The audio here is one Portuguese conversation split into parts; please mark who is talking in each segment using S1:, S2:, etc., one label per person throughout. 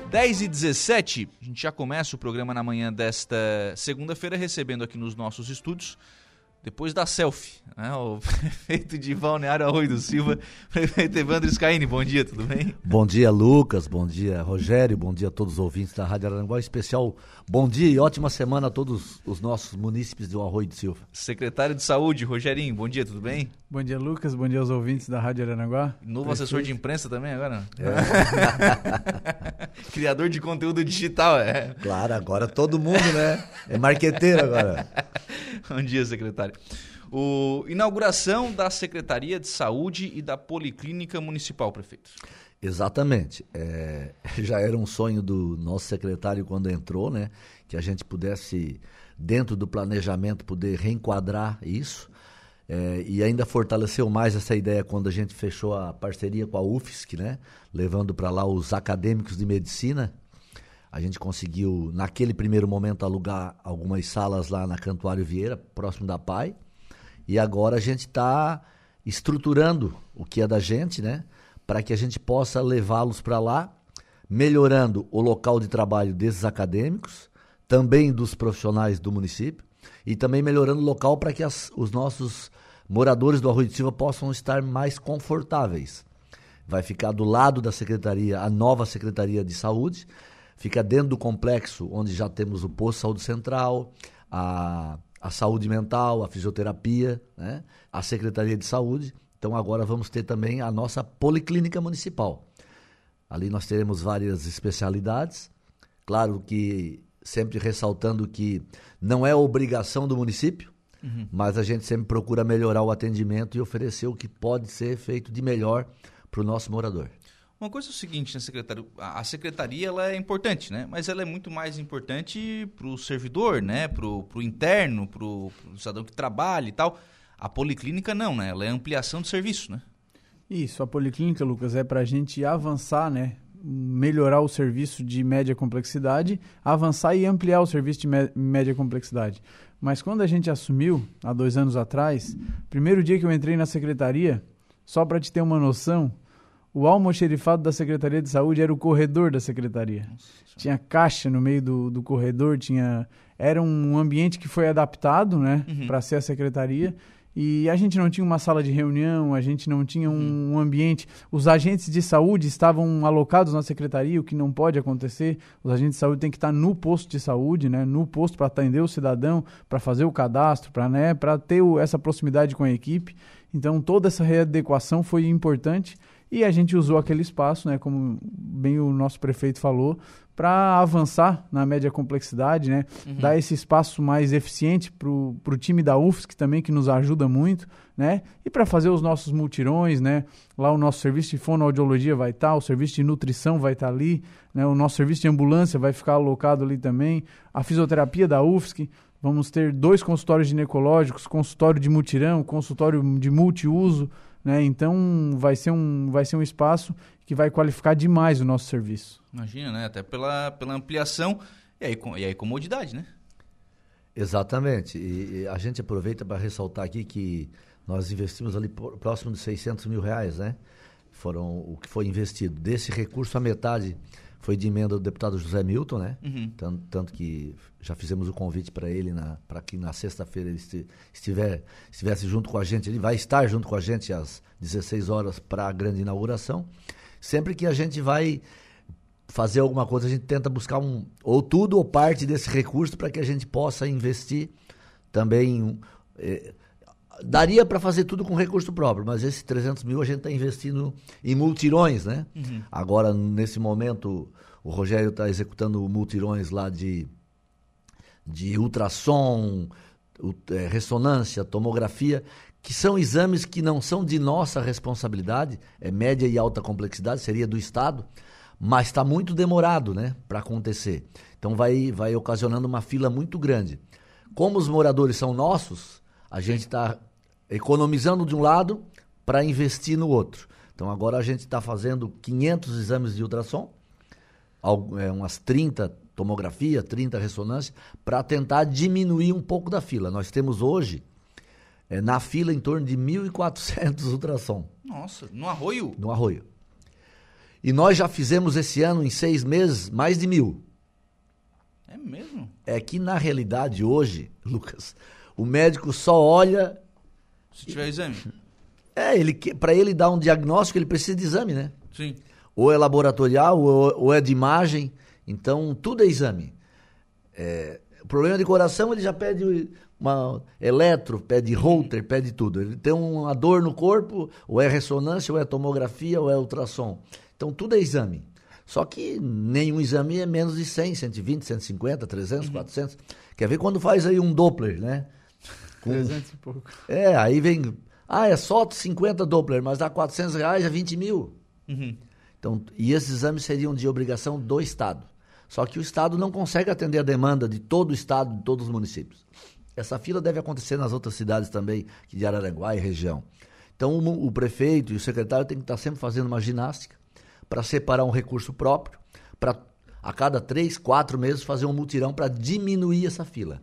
S1: 10h17, a gente já começa o programa na manhã desta segunda-feira, recebendo aqui nos nossos estúdios, depois da selfie, né, o prefeito de Balneário Arroio do Silva, prefeito Evandro Scaini. Bom dia, tudo bem?
S2: Bom dia, Lucas, bom dia, Rogério, bom dia a todos os ouvintes da Rádio Araranguá, em especial bom dia e ótima semana a todos os nossos munícipes do Arroio do Silva.
S1: Secretário de Saúde, Rogerinho, bom dia, tudo bem?
S3: Bom dia, Lucas, bom dia aos ouvintes da Rádio Araranguá.
S1: Novo assessor de imprensa também agora? Criador de conteúdo digital, é.
S2: Claro, agora todo mundo, né? É marqueteiro agora.
S1: Bom dia, secretário. Inauguração da Secretaria de Saúde e da Policlínica Municipal, prefeito.
S2: Exatamente. Já era um sonho do nosso secretário quando entrou, né? Que a gente pudesse, dentro do planejamento, poder reenquadrar isso. E ainda fortaleceu mais essa ideia quando a gente fechou a parceria com a UFSC, né? Levando para lá os acadêmicos de medicina. A gente conseguiu, naquele primeiro momento, alugar algumas salas lá na Cantuário Vieira, próximo da PAI. E agora a gente está estruturando o que é da gente, né? Para que a gente possa levá-los para lá, melhorando o local de trabalho desses acadêmicos, também dos profissionais do município, e também melhorando o local para que os nossos moradores do Arroio do Silva possam estar mais confortáveis. Vai ficar do lado da secretaria, a nova Secretaria de Saúde, fica dentro do complexo onde já temos o posto de saúde central, a saúde mental, a fisioterapia, né? A Secretaria de Saúde. Então agora vamos ter também a nossa Policlínica Municipal. Ali nós teremos várias especialidades, claro que sempre ressaltando que não é obrigação do município, mas a gente sempre procura melhorar o atendimento e oferecer o que pode ser feito de melhor para o nosso morador.
S1: Uma coisa é o seguinte, né, secretário? A secretaria ela é importante, né? Mas ela é muito mais importante para o servidor, né? Para o interno, para o cidadão que trabalha e tal. A policlínica não, né? Ela é ampliação do serviço, né?
S3: Isso, a policlínica, Lucas, é para a gente avançar, né? Melhorar o serviço de média complexidade, avançar e ampliar o serviço de média complexidade. Mas quando a gente assumiu, há 2 anos atrás, primeiro dia que eu entrei na secretaria, só para te ter uma noção, o almoxerifado da Secretaria de Saúde era o corredor da secretaria. Tinha caixa no meio do corredor, era um ambiente que foi adaptado, né, para ser a secretaria. E a gente não tinha uma sala de reunião, a gente não tinha um ambiente. Os agentes de saúde estavam alocados na secretaria, o que não pode acontecer. Os agentes de saúde têm que estar no posto de saúde, né, no posto para atender o cidadão, para fazer o cadastro, para ter essa proximidade com a equipe. Então, toda essa readequação foi importante. E a gente usou aquele espaço, né, como bem o nosso prefeito falou, para avançar na média complexidade, né, dar esse espaço mais eficiente para o time da UFSC também, que nos ajuda muito, né, e para fazer os nossos multirões, né, lá o nosso serviço de fonoaudiologia vai estar, o serviço de nutrição vai estar ali, né, o nosso serviço de ambulância vai ficar alocado ali também, a fisioterapia da UFSC. Vamos ter 2 consultórios ginecológicos, consultório de mutirão, consultório de multiuso, né? Então vai ser um espaço que vai qualificar demais o nosso serviço.
S1: Imagina, né? Até pela ampliação e aí comodidade, né?
S2: Exatamente. E a gente aproveita para ressaltar aqui que nós investimos ali próximo de R$600 mil, né? Foram o que foi investido. Desse recurso, a metade foi de emenda do deputado José Milton, né? Tanto que já fizemos o convite para ele, para que na sexta-feira ele estivesse junto com a gente. Ele vai estar junto com a gente às 16 horas para a grande inauguração. Sempre que a gente vai fazer alguma coisa, a gente tenta buscar ou tudo ou parte desse recurso para que a gente possa investir também. Daria para fazer tudo com recurso próprio, mas esses 300 mil a gente está investindo em multirões, né? Agora, nesse momento, o Rogério está executando multirões lá de ultrassom, ressonância, tomografia, que são exames que não são de nossa responsabilidade, é média e alta complexidade, seria do Estado, mas está muito demorado, né, para acontecer. Então vai ocasionando uma fila muito grande. Como os moradores são nossos, a gente está economizando de um lado para investir no outro. Então agora a gente está fazendo 500 exames de ultrassom, umas 30 tomografia, 30 ressonância, para tentar diminuir um pouco da fila. Nós temos hoje, na fila, em torno de 1.400 ultrassom.
S1: Nossa, no Arroio?
S2: No Arroio. E nós já fizemos esse ano, em 6 meses, mais de 1.000.
S1: É mesmo?
S2: É que, na realidade, hoje, Lucas, o médico só olha...
S1: Se tiver exame.
S2: Para ele dar um diagnóstico, ele precisa de exame, né?
S1: Sim.
S2: Ou é laboratorial, ou é de imagem. Então, tudo é exame. O problema de coração, ele já pede uma eletro, pede Holter, pede tudo. Ele tem uma dor no corpo, ou é ressonância, ou é tomografia, ou é ultrassom. Então, tudo é exame. Só que nenhum exame é menos de 100, 120, 150, 300, 400. Quer ver quando faz aí um Doppler, né?
S3: 300 e pouco.
S2: Aí vem... é só 50 Doppler, mas dá R$400, é 20 mil. Então, e esses exames seriam de obrigação do Estado. Só que o Estado não consegue atender a demanda de todo o Estado, de todos os municípios. Essa fila deve acontecer nas outras cidades também, de Araranguá e região. Então, o prefeito e o secretário têm que estar sempre fazendo uma ginástica para separar um recurso próprio, para a cada 3, 4 meses fazer um mutirão para diminuir essa fila.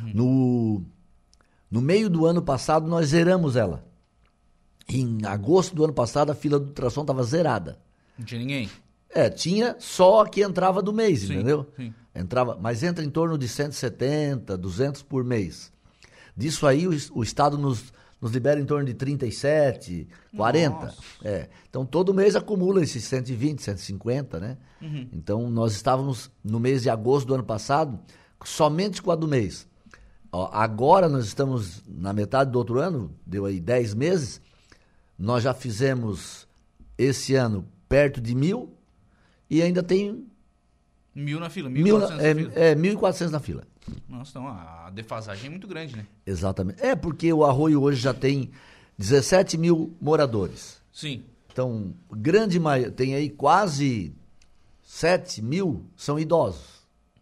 S2: No meio do ano passado, nós zeramos ela. Em agosto do ano passado, a fila do ultrassom estava zerada.
S1: Não tinha ninguém?
S2: Tinha só a que entrava do mês,
S1: Sim,
S2: entendeu?
S1: sim.
S2: Mas entra em torno de 170, 200 por mês. Disso aí, o Estado nos libera em torno de 37, 40.
S1: Nossa.
S2: Então, todo mês acumula esses 120, 150, né? Então, nós estávamos no mês de agosto do ano passado, somente com a do mês. Agora, nós estamos na metade do outro ano, deu aí 10 meses, nós já fizemos esse ano perto de 1.000 e ainda tem...
S1: 1.000 na fila, 1.400 na fila.
S2: 1.400 na fila.
S1: Nossa, então a defasagem é muito grande, né?
S2: Exatamente. Porque o Arroio hoje já tem 17 mil moradores.
S1: Sim.
S2: Então, grande maioria, tem aí quase 7 mil são idosos.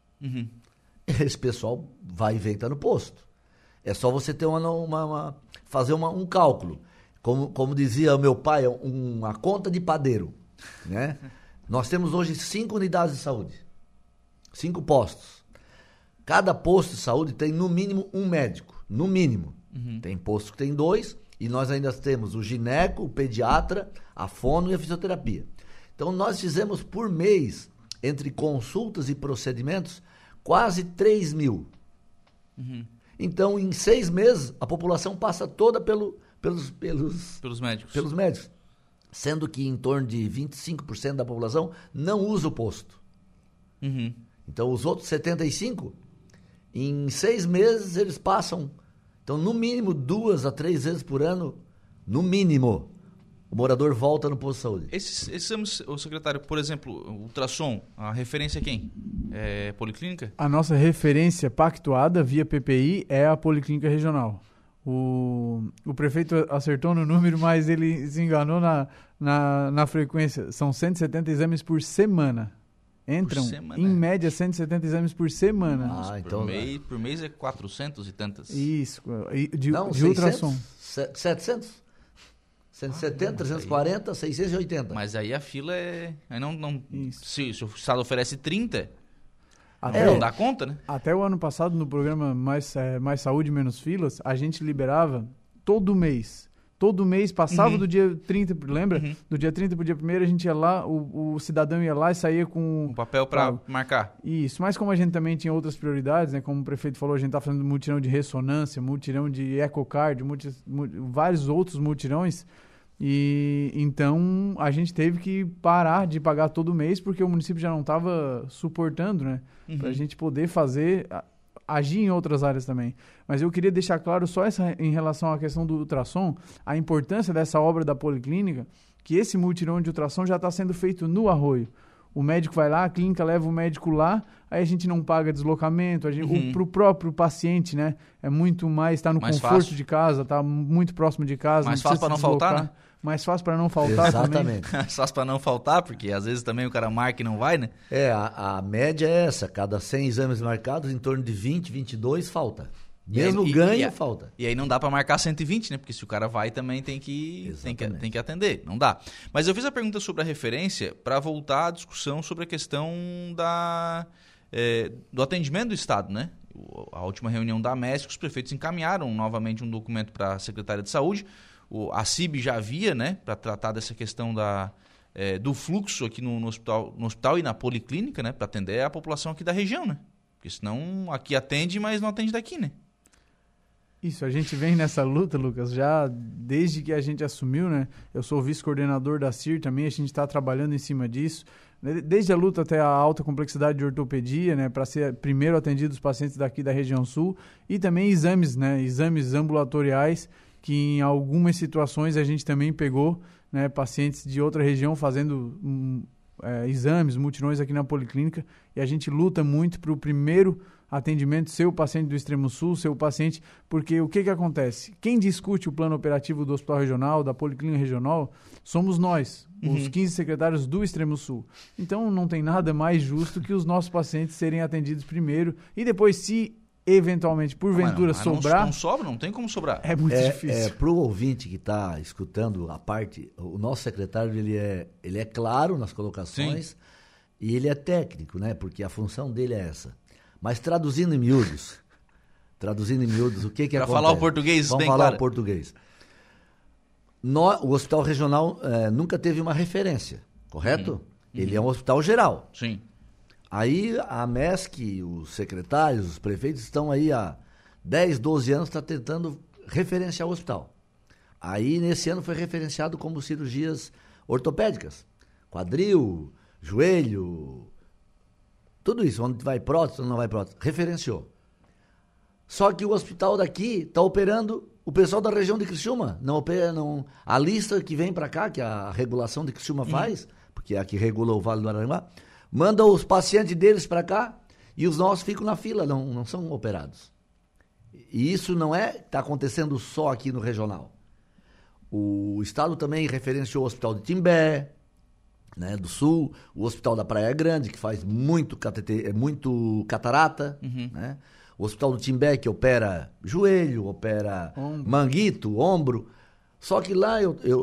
S2: Esse pessoal vai e vem, tá no posto. É só você ter fazer um cálculo. Como dizia o meu pai, uma conta de padeiro, né? Nós temos hoje 5 unidades de saúde, 5 postos. Cada posto de saúde tem no mínimo um médico, no mínimo. Tem posto que tem 2 e nós ainda temos o gineco, o pediatra, a fono e a fisioterapia. Então nós fizemos por mês, entre consultas e procedimentos, quase 3 mil. Então em 6 meses a população passa toda pelos
S1: médicos.
S2: Pelos médicos. Sendo que em torno de 25% da população não usa o posto. Então os outros 75%, em 6 meses eles passam, então no mínimo 2 a 3 vezes por ano, no mínimo, o morador volta no posto de saúde.
S1: Esses exames, o secretário, por exemplo, o ultrassom, a referência é quem? É Policlínica?
S3: A nossa referência pactuada via PPI é a Policlínica Regional. O prefeito acertou no número, mas ele se enganou na frequência. São 170 exames por semana. Entram, em média, 170 exames por semana.
S1: Então, por mês é 400 e tantas.
S3: Isso, de
S2: 600,
S3: ultrassom.
S2: 700? 170, 340, 680.
S1: Mas aí a fila é... Aí se o Estado oferece 30... não dá conta, né?
S3: Até o ano passado, no programa Mais Saúde, Menos Filas, a gente liberava todo mês. Todo mês, passava do dia 30, lembra? Do dia 30 pro dia 1º, a gente ia lá, o cidadão ia lá e saía com...
S1: Um papel para marcar.
S3: Isso, mas como a gente também tinha outras prioridades, né? Como o prefeito falou, a gente tá fazendo mutirão de ressonância, mutirão de ecocardio, vários outros mutirões. E então a gente teve que parar de pagar todo mês porque o município já não estava suportando, né? Para a gente poder agir em outras áreas também. Mas eu queria deixar claro só em relação à questão do ultrassom, a importância dessa obra da Policlínica, que esse mutirão de ultrassom já está sendo feito no Arroio. O médico vai lá, a clínica leva o médico lá, aí a gente não paga deslocamento, para o próprio paciente, né? É muito mais, está no conforto fácil de casa, está muito próximo de casa.
S1: Mais fácil para não faltar, né?
S3: Mais fácil para não faltar.
S2: Exatamente.
S3: Também.
S1: Mais fácil para não faltar, porque às vezes também o cara marca e não vai, né?
S2: A média é essa, cada 100 exames marcados, em torno de 20, 22 falta. Mesmo ganho, falta.
S1: E aí não dá para marcar 120, né? Porque se o cara vai também tem que atender. Não dá. Mas eu fiz a pergunta sobre a referência para voltar à discussão sobre a questão do atendimento do Estado, né? A última reunião da MESC, os prefeitos encaminharam novamente um documento para a Secretaria de Saúde. A CIB já havia, né? Para tratar dessa questão do fluxo aqui no hospital e na policlínica, né? Para atender a população aqui da região, né? Porque senão aqui atende, mas não atende daqui, né?
S3: Isso, a gente vem nessa luta, Lucas, já desde que a gente assumiu, né? Eu sou vice-coordenador da CIR também, a gente está trabalhando em cima disso. Desde a luta até a alta complexidade de ortopedia, né? Para ser primeiro atendido os pacientes daqui da região sul. E também exames, né? Exames ambulatoriais, que em algumas situações a gente também pegou, né? Pacientes de outra região fazendo exames, mutirões aqui na policlínica. E a gente luta muito para o primeiro atendimento ser o paciente do extremo sul, ser o paciente, porque o que acontece? Quem discute o plano operativo do hospital regional, da policlínica regional, somos nós, os 15 secretários do extremo sul. Então não tem nada mais justo que os nossos pacientes serem atendidos primeiro e depois, se eventualmente, porventura, sobrar...
S1: Não sobra, não tem como sobrar.
S3: É muito difícil.
S2: Para o ouvinte que está escutando a parte, o nosso secretário ele é claro nas colocações. Sim. E ele é técnico, né? Porque a função dele é essa. Mas traduzindo em miúdos, o que acontece?
S1: Para falar o português
S2: Vamos
S1: bem
S2: falar
S1: claro.
S2: O português. O hospital regional nunca teve uma referência, correto? Ele é um hospital geral.
S1: Sim.
S2: Aí a MESC, os secretários, os prefeitos estão aí há 10, 12 anos tentando referenciar o hospital. Aí nesse ano foi referenciado como cirurgias ortopédicas. Quadril, joelho... Tudo isso, onde vai prótese, onde não vai prótese, referenciou. Só que o hospital daqui está operando o pessoal da região de Criciúma. A lista que vem para cá, que a regulação de Criciúma faz, porque é a que regula o Vale do Araranguá, manda os pacientes deles para cá e os nossos ficam na fila, não são operados. E isso não está acontecendo só aqui no regional. O Estado também referenciou o Hospital de Timbé, né, do Sul, o Hospital da Praia Grande, que faz muito catarata, né? O Hospital do Timbé, que opera joelho, opera manguito, ombro. Só que lá,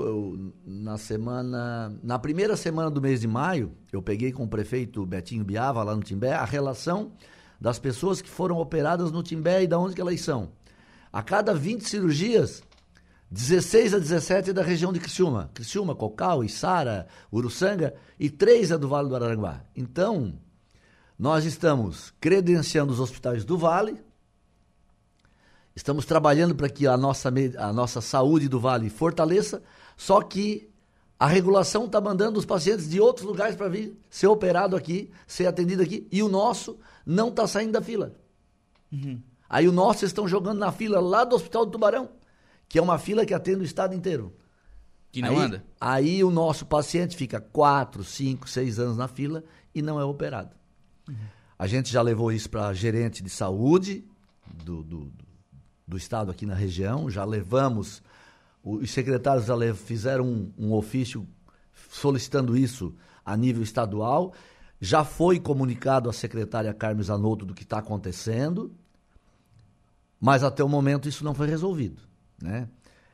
S2: na primeira semana do mês de maio, eu peguei com o prefeito Betinho Biava, lá no Timbé, a relação das pessoas que foram operadas no Timbé e de onde que elas são. A cada 20 cirurgias, 16 a 17 é da região de Criciúma. Criciúma, Cocal, Içara, Uruçanga e 3 é do Vale do Araranguá. Então, nós estamos credenciando os hospitais do Vale, estamos trabalhando para que a nossa saúde do Vale fortaleça, só que a regulação está mandando os pacientes de outros lugares para vir ser operado aqui, ser atendido aqui, e o nosso não está saindo da fila. Aí o nosso estão jogando na fila lá do Hospital do Tubarão, que é uma fila que atende o estado inteiro.
S1: Que não anda.
S2: Aí o nosso paciente fica 4, 5, 6 anos na fila e não é operado. A gente já levou isso para gerente de saúde do estado aqui na região, já levamos, os secretários já fizeram um ofício solicitando isso a nível estadual, já foi comunicado à secretária Carmen Zanotto do que está acontecendo, mas até o momento isso não foi resolvido. Né?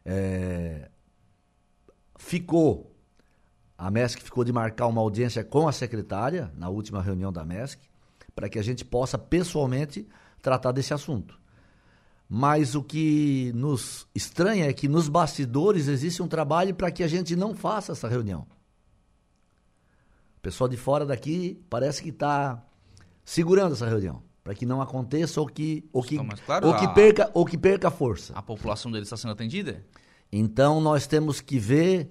S2: A MESC ficou de marcar uma audiência com a secretária na última reunião da MESC para que a gente possa pessoalmente tratar desse assunto. Mas o que nos estranha é que nos bastidores existe um trabalho para que a gente não faça essa reunião. O pessoal de fora daqui parece que está segurando essa reunião, para que não aconteça ou que perca força.
S1: A população deles está sendo atendida?
S2: Então nós temos que ver,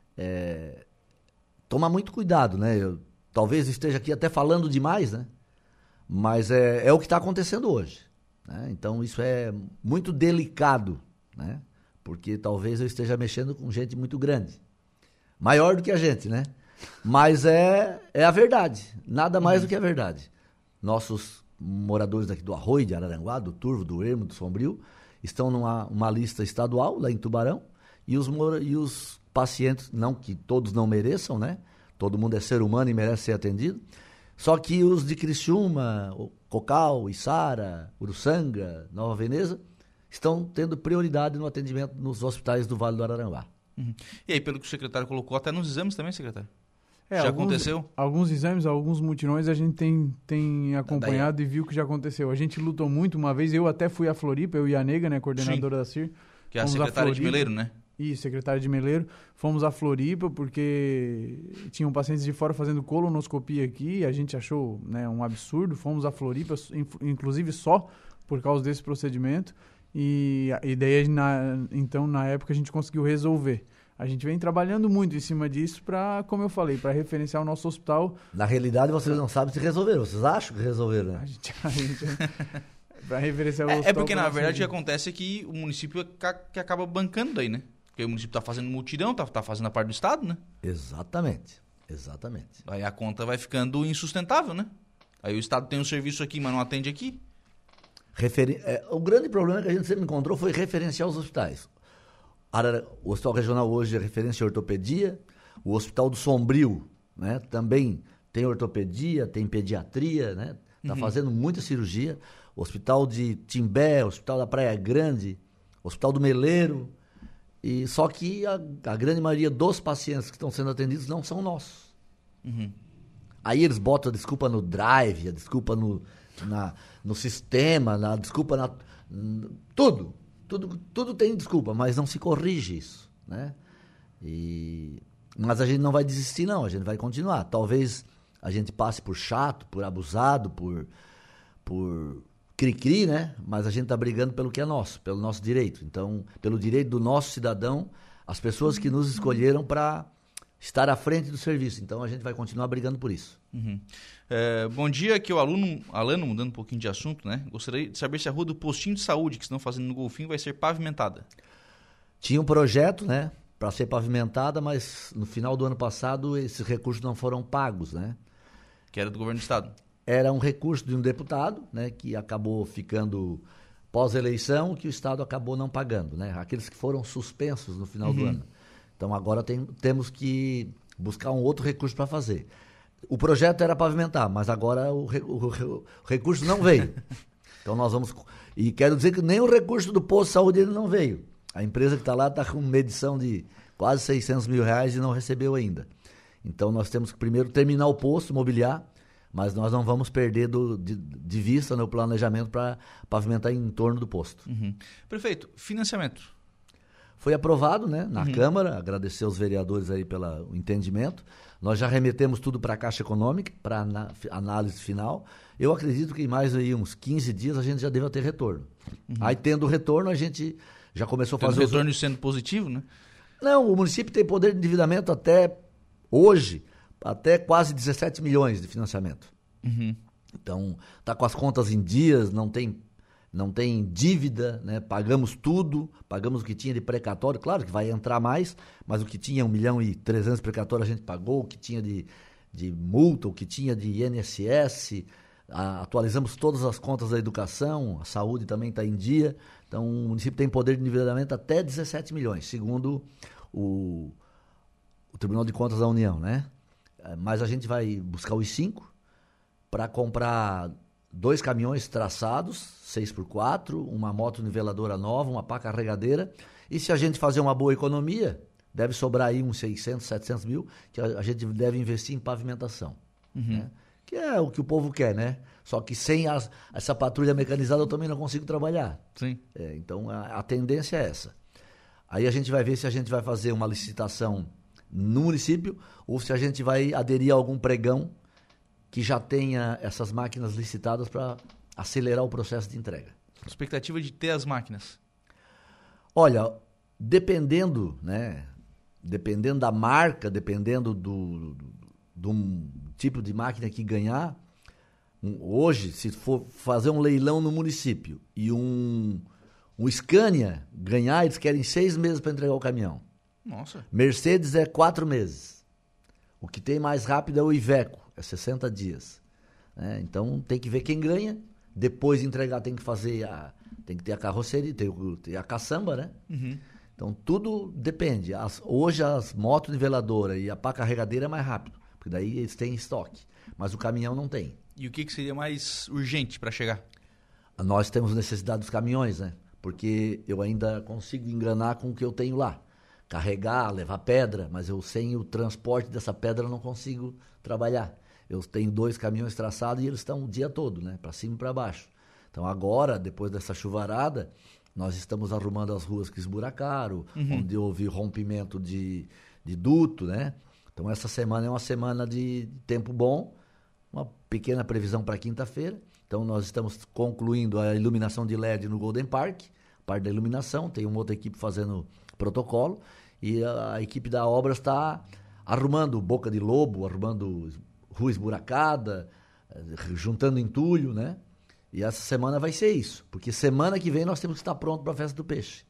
S2: tomar muito cuidado, né? Eu talvez esteja aqui até falando demais, né? Mas é o que está acontecendo hoje, né? Então isso é muito delicado, né? Porque talvez eu esteja mexendo com gente muito grande, maior do que a gente, né? Mas é a verdade, nada mais do que a verdade. Nossos moradores daqui do Arroio, de Araranguá, do Turvo, do Ermo, do Sombrio, estão numa lista estadual, lá em Tubarão, e os pacientes, não que todos não mereçam, né? Todo mundo é ser humano e merece ser atendido, só que os de Criciúma, Cocal, Içara, Uruçanga, Nova Veneza, estão tendo prioridade no atendimento nos hospitais do Vale do Araranguá.
S1: E aí, pelo que o secretário colocou, até nos exames também, secretário? Já aconteceu?
S3: Alguns exames, alguns mutirões a gente tem acompanhado e viu que já aconteceu. A gente lutou muito uma vez, eu até fui a Floripa, eu e a Nega, né, coordenadora da CIR.
S1: Que é a secretária de Meleiro, né?
S3: E secretário de Meleiro. Fomos a Floripa porque tinham pacientes de fora fazendo colonoscopia aqui. A gente achou, né, um absurdo. Fomos a Floripa, inclusive só por causa desse procedimento. E daí, então, na época, a gente conseguiu resolver. A gente vem trabalhando muito em cima disso para, como eu falei, para referenciar o nosso hospital.
S2: Na realidade, vocês não sabem se resolveram. Vocês acham que resolveram, né?
S3: A gente para referenciar o hospital.
S1: É porque, na verdade, o que acontece é que o município que acaba bancando daí, né? Porque o município está fazendo multidão, tá fazendo a parte do Estado, né?
S2: Exatamente.
S1: Aí a conta vai ficando insustentável, né? Aí o Estado tem um serviço aqui, mas não atende aqui.
S2: O grande problema que a gente sempre encontrou foi referenciar os hospitais. O Hospital Regional hoje é referência em ortopedia. O Hospital do Sombrio, né, também tem ortopedia, tem pediatria, né? Está fazendo muita cirurgia. O Hospital de Timbé, o Hospital da Praia Grande, o Hospital do Meleiro. E só que a grande maioria dos pacientes que estão sendo atendidos não são nossos. Aí eles botam a desculpa no drive, a desculpa no sistema, a desculpa tudo. Tudo tem desculpa, mas não se corrige isso, né? Mas a gente não vai desistir, não. A gente vai continuar. Talvez a gente passe por chato, por abusado, por cri-cri, né? Mas a gente está brigando pelo que é nosso, pelo nosso direito. Então, pelo direito do nosso cidadão, as pessoas que nos escolheram para estar à frente do serviço. Então, a gente vai continuar brigando por isso.
S1: Bom dia, aqui é o Alano, mudando um pouquinho de assunto, né? Gostaria de saber se a rua do postinho de saúde que estão fazendo no Golfinho vai ser pavimentada.
S2: Tinha um projeto, né, para ser pavimentada, mas no final do ano passado esses recursos não foram pagos, né?
S1: Que era do governo do estado.
S2: Era um recurso de um deputado, né, que acabou ficando pós-eleição, que o estado acabou não pagando, né? Aqueles que foram suspensos no final do ano. Então agora temos que buscar um outro recurso para fazer. O projeto era pavimentar, mas agora o recurso não veio. Então nós vamos... E quero dizer que nem o recurso do posto de saúde ele não veio. A empresa que está lá está com uma medição de quase 600 mil reais e não recebeu ainda. Então nós temos que primeiro terminar o posto, mobiliar, mas nós não vamos perder de vista no planejamento para pavimentar em torno do posto.
S1: Prefeito, financiamento.
S2: Foi aprovado, né, na Câmara, agradecer aos vereadores aí pelo entendimento. Nós já remetemos tudo para a Caixa Econômica, para análise final. Eu acredito que em mais aí uns 15 dias a gente já deva ter retorno. Aí tendo o retorno, a gente já começou a fazer...
S1: O retorno sendo positivo, né?
S2: Não, o município tem poder de endividamento até hoje, até quase 17 milhões de financiamento. Então, está com as contas em dias, não tem dívida, né? Pagamos tudo, pagamos o que tinha de precatório, claro que vai entrar mais, mas o que tinha 1,3 milhão de precatório a gente pagou, o que tinha de multa, o que tinha de INSS, atualizamos todas as contas da educação, a saúde também está em dia, então o município tem poder de endividamento até 17 milhões, segundo o Tribunal de Contas da União, né? Mas a gente vai buscar os 5 para comprar 2 caminhões traçados, 6x4, uma moto niveladora nova, uma pá carregadeira. E se a gente fazer uma boa economia, deve sobrar aí uns 600, 700 mil, que a gente deve investir em pavimentação. Né? Que é o que o povo quer, né? Só que sem essa patrulha mecanizada eu também não consigo trabalhar.
S1: Sim.
S2: Então a tendência é essa. Aí a gente vai ver se a gente vai fazer uma licitação no município ou se a gente vai aderir a algum pregão que já tenha essas máquinas licitadas para acelerar o processo de entrega.
S1: Expectativa de ter as máquinas?
S2: Olha, dependendo, né? Dependendo da marca, dependendo do tipo de máquina que ganhar, hoje, se for fazer um leilão no município e um Scania ganhar, eles querem 6 meses para entregar o caminhão.
S1: Nossa.
S2: Mercedes é 4 meses. O que tem mais rápido é o Iveco, é 60 dias. Então tem que ver quem ganha. Depois de entregar tem que ter a carroceria, tem a caçamba, né? Então tudo depende. Hoje as motos niveladoras e a pá carregadeira é mais rápido, porque daí eles têm estoque. Mas o caminhão não tem.
S1: E o que seria mais urgente para chegar?
S2: Nós temos necessidade dos caminhões, né? Porque eu ainda consigo enganar com o que eu tenho lá. Carregar, levar pedra, mas eu sem o transporte dessa pedra eu não consigo trabalhar. Eu tenho 2 caminhões traçados e eles estão o dia todo, né? Para cima e para baixo. Então agora, depois dessa chuvarada, Nós estamos arrumando as ruas que esburacaram, onde houve rompimento de duto, né? Então essa semana é uma semana de tempo bom, uma pequena previsão para quinta-feira. Então nós estamos concluindo a iluminação de LED no Golden Park, parte da iluminação, tem uma outra equipe fazendo protocolo, e a equipe da obra está arrumando boca de lobo, arrumando rua esburacada, juntando entulho, né? E essa semana vai ser isso, porque semana que vem nós temos que estar pronto para a festa do peixe.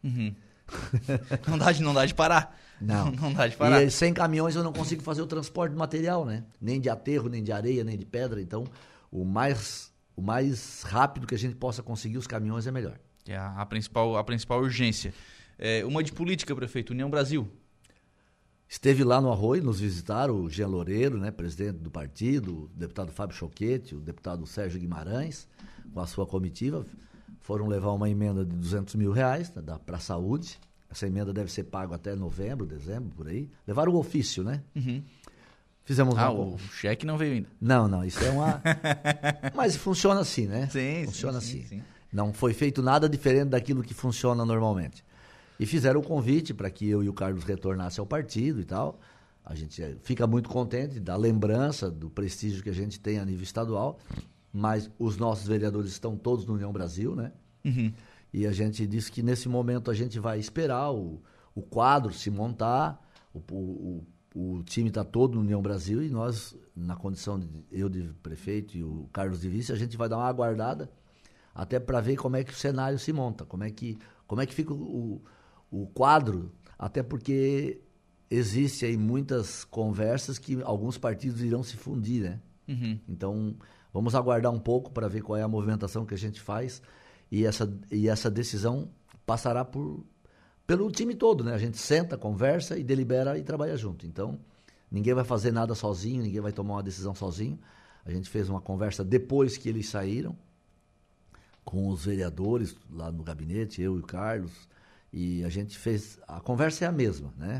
S1: Não dá de parar.
S2: Não.
S1: Não dá de parar.
S2: E sem caminhões eu não consigo fazer o transporte de material, né? Nem de aterro, nem de areia, nem de pedra. Então, o mais rápido que a gente possa conseguir os caminhões é melhor.
S1: É a principal urgência. Uma de política, prefeito, União Brasil.
S2: Esteve lá no Arroio, nos visitaram o Jean Loureiro, né, presidente do partido, o deputado Fábio Choquete, o deputado Sérgio Guimarães, com a sua comitiva. Foram levar uma emenda de R$200 mil para a saúde. Essa emenda deve ser paga até novembro, dezembro, por aí. Levaram o ofício, né? Fizemos
S1: o cheque não veio ainda.
S2: Não, isso é uma... Mas funciona assim, né?
S1: Sim,
S2: funciona
S1: sim,
S2: assim.
S1: Sim.
S2: Não foi feito nada diferente daquilo que funciona normalmente. E fizeram o convite para que eu e o Carlos retornassem ao partido e tal. A gente fica muito contente da lembrança, do prestígio que a gente tem a nível estadual, mas os nossos vereadores estão todos no União Brasil, né? E a gente disse que nesse momento a gente vai esperar o quadro se montar, o time está todo no União Brasil e nós, na condição de eu de prefeito e o Carlos de vice, a gente vai dar uma aguardada até para ver como é que o cenário se monta, como é que fica o quadro, até porque existe aí muitas conversas que alguns partidos irão se fundir, né? Então, vamos aguardar um pouco para ver qual é a movimentação que a gente faz e essa decisão passará pelo time todo, né? A gente senta, conversa e delibera e trabalha junto. Então, ninguém vai fazer nada sozinho, ninguém vai tomar uma decisão sozinho. A gente fez uma conversa depois que eles saíram com os vereadores lá no gabinete, eu e o Carlos, e a gente fez... A conversa é a mesma, né?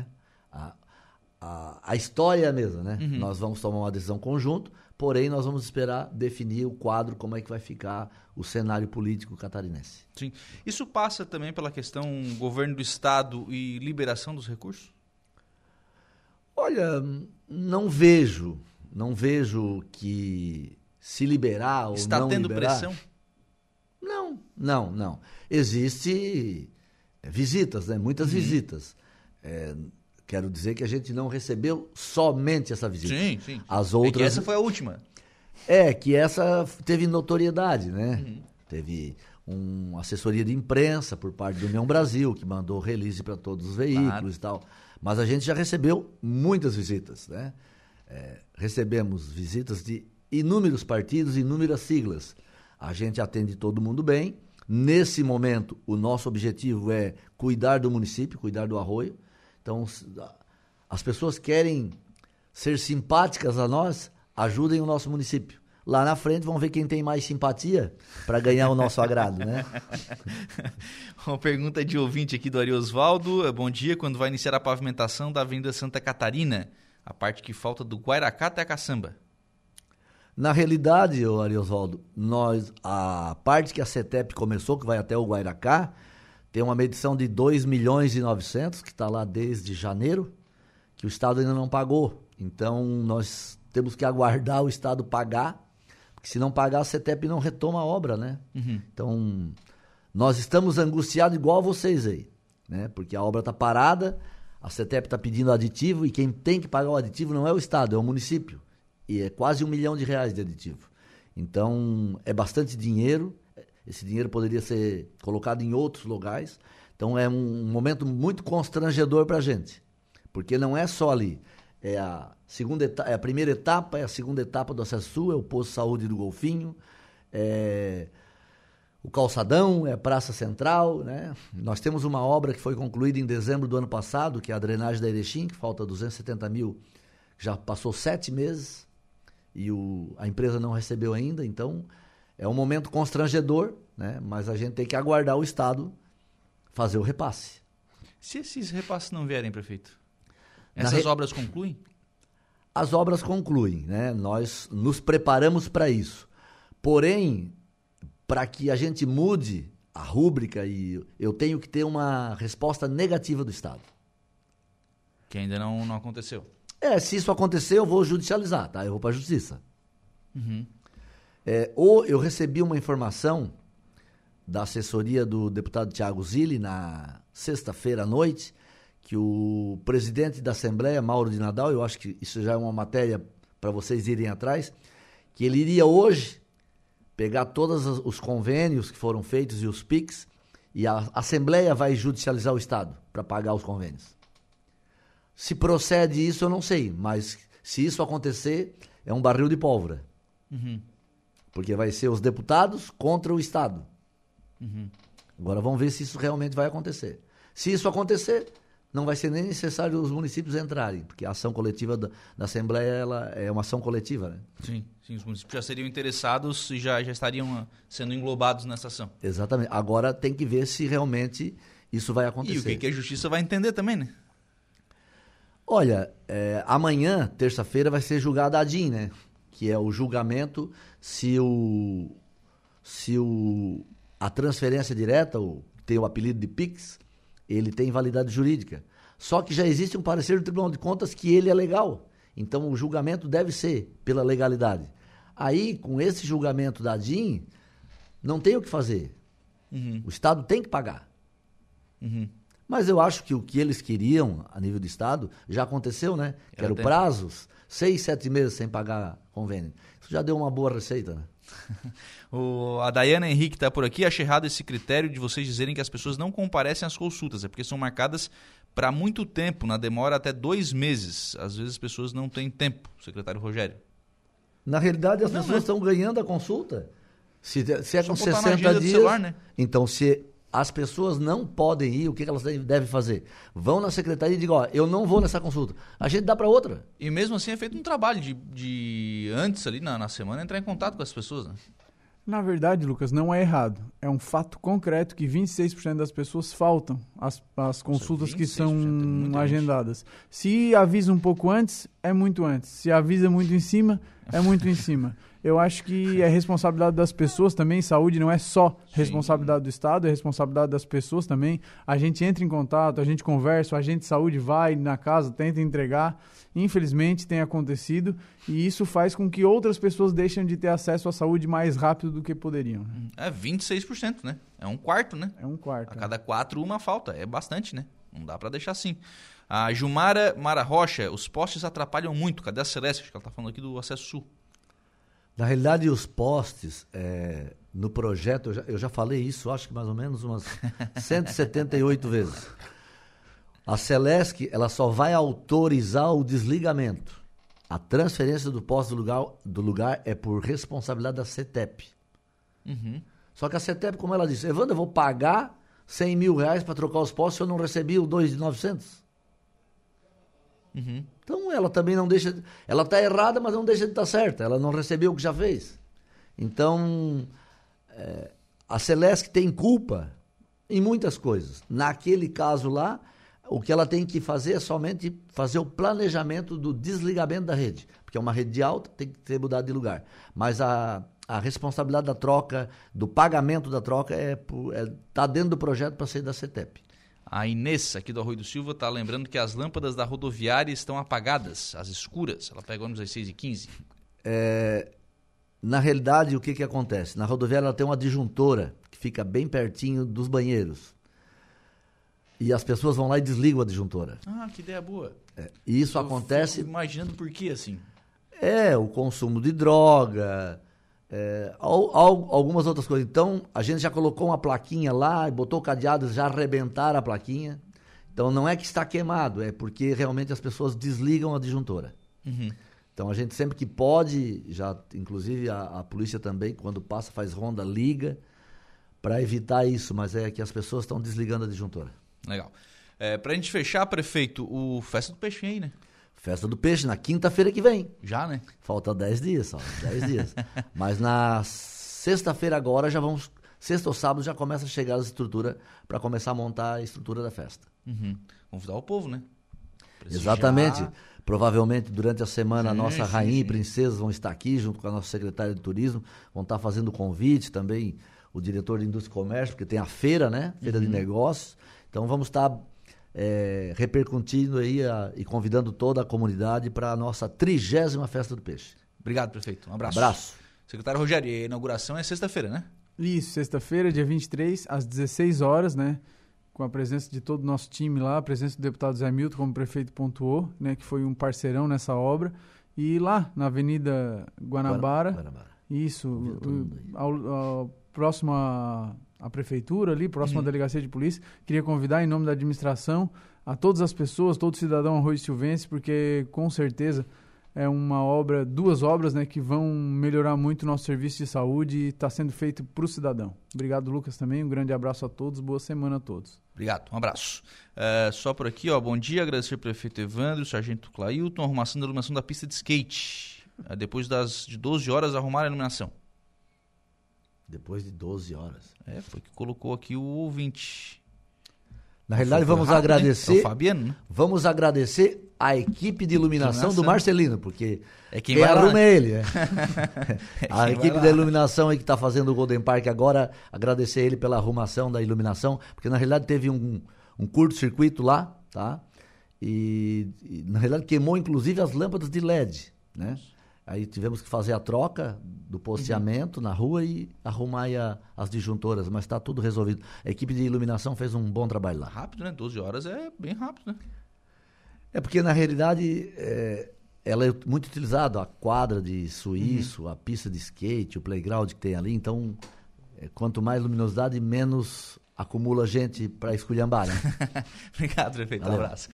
S2: A história é a mesma, né? Nós vamos tomar uma decisão conjunto, porém nós vamos esperar definir o quadro, como é que vai ficar o cenário político catarinense.
S1: Sim. Isso passa também pela questão governo do Estado e liberação dos recursos?
S2: Olha, não vejo que se liberar ou
S1: está
S2: não
S1: tendo
S2: liberar...
S1: pressão?
S2: Não. Existe visitas, né? Muitas visitas. Quero dizer que a gente não recebeu somente essa visita.
S1: Sim.
S2: As outras...
S1: que essa foi a última.
S2: Que essa teve notoriedade, né? Teve uma assessoria de imprensa por parte do União Brasil, que mandou release para todos os veículos e tal. Mas a gente já recebeu muitas visitas, né? Recebemos visitas de inúmeros partidos, inúmeras siglas. A gente atende todo mundo bem. Nesse momento, o nosso objetivo é cuidar do município, cuidar do Arroio. Então, as pessoas querem ser simpáticas a nós, ajudem o nosso município. Lá na frente vão ver quem tem mais simpatia para ganhar o nosso agrado, né?
S1: Uma pergunta de ouvinte aqui do Ari Osvaldo. Bom dia, quando vai iniciar a pavimentação da Avenida Santa Catarina? A parte que falta do Guairacá até a Caçamba.
S2: Na realidade, Ari Osvaldo, a parte que a CETEP começou, que vai até o Guairacá, tem uma medição de 2.900.000, que está lá desde janeiro, que o Estado ainda não pagou. Então, nós temos que aguardar o Estado pagar, porque se não pagar, a CETEP não retoma a obra, né? Então, nós estamos angustiados igual a vocês aí, né? Porque a obra está parada, a CETEP está pedindo aditivo, e quem tem que pagar o aditivo não é o Estado, é o município. E é quase R$1 milhão de aditivo. Então, é bastante dinheiro. Esse dinheiro poderia ser colocado em outros lugares. Então, é um momento muito constrangedor para a gente. Porque não é só ali. É a primeira etapa, é a segunda etapa do Acesso Sul, é o posto de saúde do Golfinho, é o calçadão, é a Praça Central, né? Nós temos uma obra que foi concluída em dezembro do ano passado, que é a drenagem da Erechim, que falta 270 mil, já passou 7 meses. E a empresa não recebeu ainda, então é um momento constrangedor, né? Mas a gente tem que aguardar o Estado fazer o repasse.
S1: Se esses repasses não vierem, prefeito, essas obras concluem?
S2: As obras concluem, né? Nós nos preparamos para isso. Porém, para que a gente mude a rúbrica e eu tenho que ter uma resposta negativa do Estado.
S1: Que ainda não aconteceu.
S2: Se isso acontecer, eu vou judicializar, tá? Eu vou para a justiça.
S1: Uhum.
S2: Ou eu recebi uma informação da assessoria do deputado Thiago Zilli na sexta-feira à noite, que o presidente da Assembleia, Mauro de Nadal, eu acho que isso já é uma matéria para vocês irem atrás, que ele iria hoje pegar todos os convênios que foram feitos e os PICs, e a Assembleia vai judicializar o Estado para pagar os convênios. Se procede isso, eu não sei, mas se isso acontecer, é um barril de pólvora.
S1: Uhum.
S2: Porque vai ser os deputados contra o Estado.
S1: Uhum.
S2: Agora vamos ver se isso realmente vai acontecer. Se isso acontecer, não vai ser nem necessário os municípios entrarem, porque a ação coletiva da Assembleia ela é uma ação coletiva, né?
S1: Sim, os municípios já seriam interessados e já estariam sendo englobados nessa ação.
S2: Exatamente. Agora tem que ver se realmente isso vai acontecer.
S1: E o que a justiça vai entender também, né?
S2: Olha, amanhã, terça-feira, vai ser julgada a ADIM, né? Que é o julgamento se a transferência direta, tem o apelido de PIX, ele tem validade jurídica. Só que já existe um parecer do Tribunal de Contas que ele é legal. Então o julgamento deve ser pela legalidade. Aí, com esse julgamento da ADIM, não tem o que fazer.
S1: Uhum.
S2: O Estado tem que pagar.
S1: Uhum.
S2: Mas eu acho que o que eles queriam, a nível do Estado, já aconteceu, né? Que eram prazos, 6, 7 meses sem pagar convênio. Isso já deu uma boa receita, né?
S1: A Dayana Henrique está por aqui. Acho errado esse critério de vocês dizerem que as pessoas não comparecem às consultas. É porque são marcadas para muito tempo, na demora até 2 meses. Às vezes as pessoas não têm tempo, secretário Rogério.
S2: Na realidade, as pessoas estão ganhando a consulta. Se é com 60 dias,
S1: celular, né?
S2: Então se as pessoas não podem ir, o que elas devem fazer? Vão na secretaria e digam, eu não vou nessa consulta. A gente dá para outra.
S1: E mesmo assim é feito um trabalho de antes ali na semana entrar em contato com as pessoas, né?
S3: Na verdade, Lucas, não é errado. É um fato concreto que 26% das pessoas faltam às consultas que são agendadas. Se avisa um pouco antes, é muito antes. Se avisa muito em cima, é muito em cima. Eu acho que é responsabilidade das pessoas também. Saúde não é só responsabilidade do Estado, é responsabilidade das pessoas também. A gente entra em contato, a gente conversa, o agente de saúde vai na casa, tenta entregar. Infelizmente tem acontecido e isso faz com que outras pessoas deixem de ter acesso à saúde mais rápido do que poderiam.
S1: É 26%, né? É um quarto, né?
S3: É um quarto.
S1: A cada 4, uma falta. É bastante, né? Não dá para deixar assim. A Gilmara Mara Rocha, os postes atrapalham muito. Cadê a Celeste? Acho que ela está falando aqui do Acesso Sul.
S2: Na realidade, os postes, no projeto, eu já falei isso, acho que mais ou menos umas 178 vezes. A Celesc, ela só vai autorizar o desligamento. A transferência do poste do lugar é por responsabilidade da CETEP.
S1: Uhum.
S2: Só que a CETEP, como ela disse, Evandro, eu vou pagar 100 mil reais para trocar os postes se eu não recebi o 2.900.
S1: Uhum.
S2: Então ela também não deixa... Ela está errada, mas não deixa de estar certa. Ela não recebeu o que já fez. Então, a Celesc tem culpa em muitas coisas. Naquele caso lá, o que ela tem que fazer é somente fazer o planejamento do desligamento da rede. Porque é uma rede de alta, tem que ter mudado de lugar. Mas a responsabilidade da troca, do pagamento da troca, está dentro do projeto para ser da CETEP.
S1: A Inês, aqui do Arroio do Silva, está lembrando que as lâmpadas da rodoviária estão apagadas, as escuras. Ela pega ônibus às 6h15.
S2: Na realidade, o que acontece? Na rodoviária ela tem uma disjuntora que fica bem pertinho dos banheiros. E as pessoas vão lá e desligam a disjuntora.
S1: Ah, que ideia boa.
S2: E isso acontece...
S1: Fico imaginando por que assim.
S2: O consumo de droga... algumas outras coisas. Então, a gente já colocou uma plaquinha lá, botou o cadeado, já arrebentaram a plaquinha. Então, não é que está queimado, é porque realmente as pessoas desligam a disjuntora.
S1: Uhum.
S2: Então, a gente sempre que pode, inclusive a polícia também, quando passa, faz ronda, liga, para evitar isso, mas é que as pessoas estão desligando a disjuntora.
S1: Legal. Para a gente fechar, prefeito, o Festa do Peixe aí, né?
S2: Festa do Peixe, na quinta-feira que vem.
S1: Já, né?
S2: Falta 10 dias só, 10 dias. Mas na sexta-feira agora, sexta ou sábado, já começa a chegar as estruturas para começar a montar a estrutura da festa.
S1: Uhum. Convidar o povo, né?
S2: Exatamente. Provavelmente, durante a semana, a nossa rainha e princesas vão estar aqui, junto com a nossa secretária de turismo, vão estar fazendo convite também, o diretor de Indústria e Comércio, porque tem a feira, né? Feira de negócios. Então vamos estar repercutindo aí e convidando toda a comunidade para a nossa 30ª Festa do Peixe.
S1: Obrigado, prefeito. Um abraço.
S2: Abraço.
S1: Secretário Rogério, a inauguração é sexta-feira, né?
S3: Isso, sexta-feira, dia 23, às 16 horas, né? Com a presença de todo o nosso time lá, a presença do deputado Zé Milton, como o prefeito pontuou, né? Que foi um parceirão nessa obra. E lá, na Avenida Guanabara. Isso, próximo à prefeitura ali, próximo à delegacia de polícia. Queria convidar, em nome da administração, a todas as pessoas, todo cidadão arroio-silvense, porque com certeza é duas obras, né, que vão melhorar muito o nosso serviço de saúde e está sendo feito para o cidadão. Obrigado, Lucas, também. Um grande abraço a todos. Boa semana a todos.
S1: Obrigado. Um abraço. Só por aqui, bom dia. Agradecer ao prefeito Evandro, sargento Clailton, arrumação da iluminação da pista de skate. Depois de 12 horas, arrumaram a iluminação.
S2: Depois de 12 horas.
S1: Foi que colocou aqui o ouvinte.
S2: Na realidade, vamos agradecer.
S1: Né? É o Fabiano, né?
S2: Vamos agradecer a equipe de iluminação do Marcelino, porque
S1: quem
S2: arruma
S1: é
S2: ele. A equipe da iluminação aí que está fazendo o Golden Park agora, agradecer ele pela arrumação da iluminação, porque na realidade teve um curto-circuito lá, tá? E na realidade queimou inclusive as lâmpadas de LED, né? Aí tivemos que fazer a troca do posteamento na rua e arrumar aí as disjuntoras, mas está tudo resolvido. A equipe de iluminação fez um bom trabalho lá.
S1: Rápido, né? 12 horas é bem rápido, né?
S2: É porque, na realidade, ela é muito utilizada, a quadra de suíço, a pista de skate, o playground que tem ali. Então, quanto mais luminosidade, menos acumula gente para esculhambar, né?
S1: Obrigado, prefeito. Um abraço.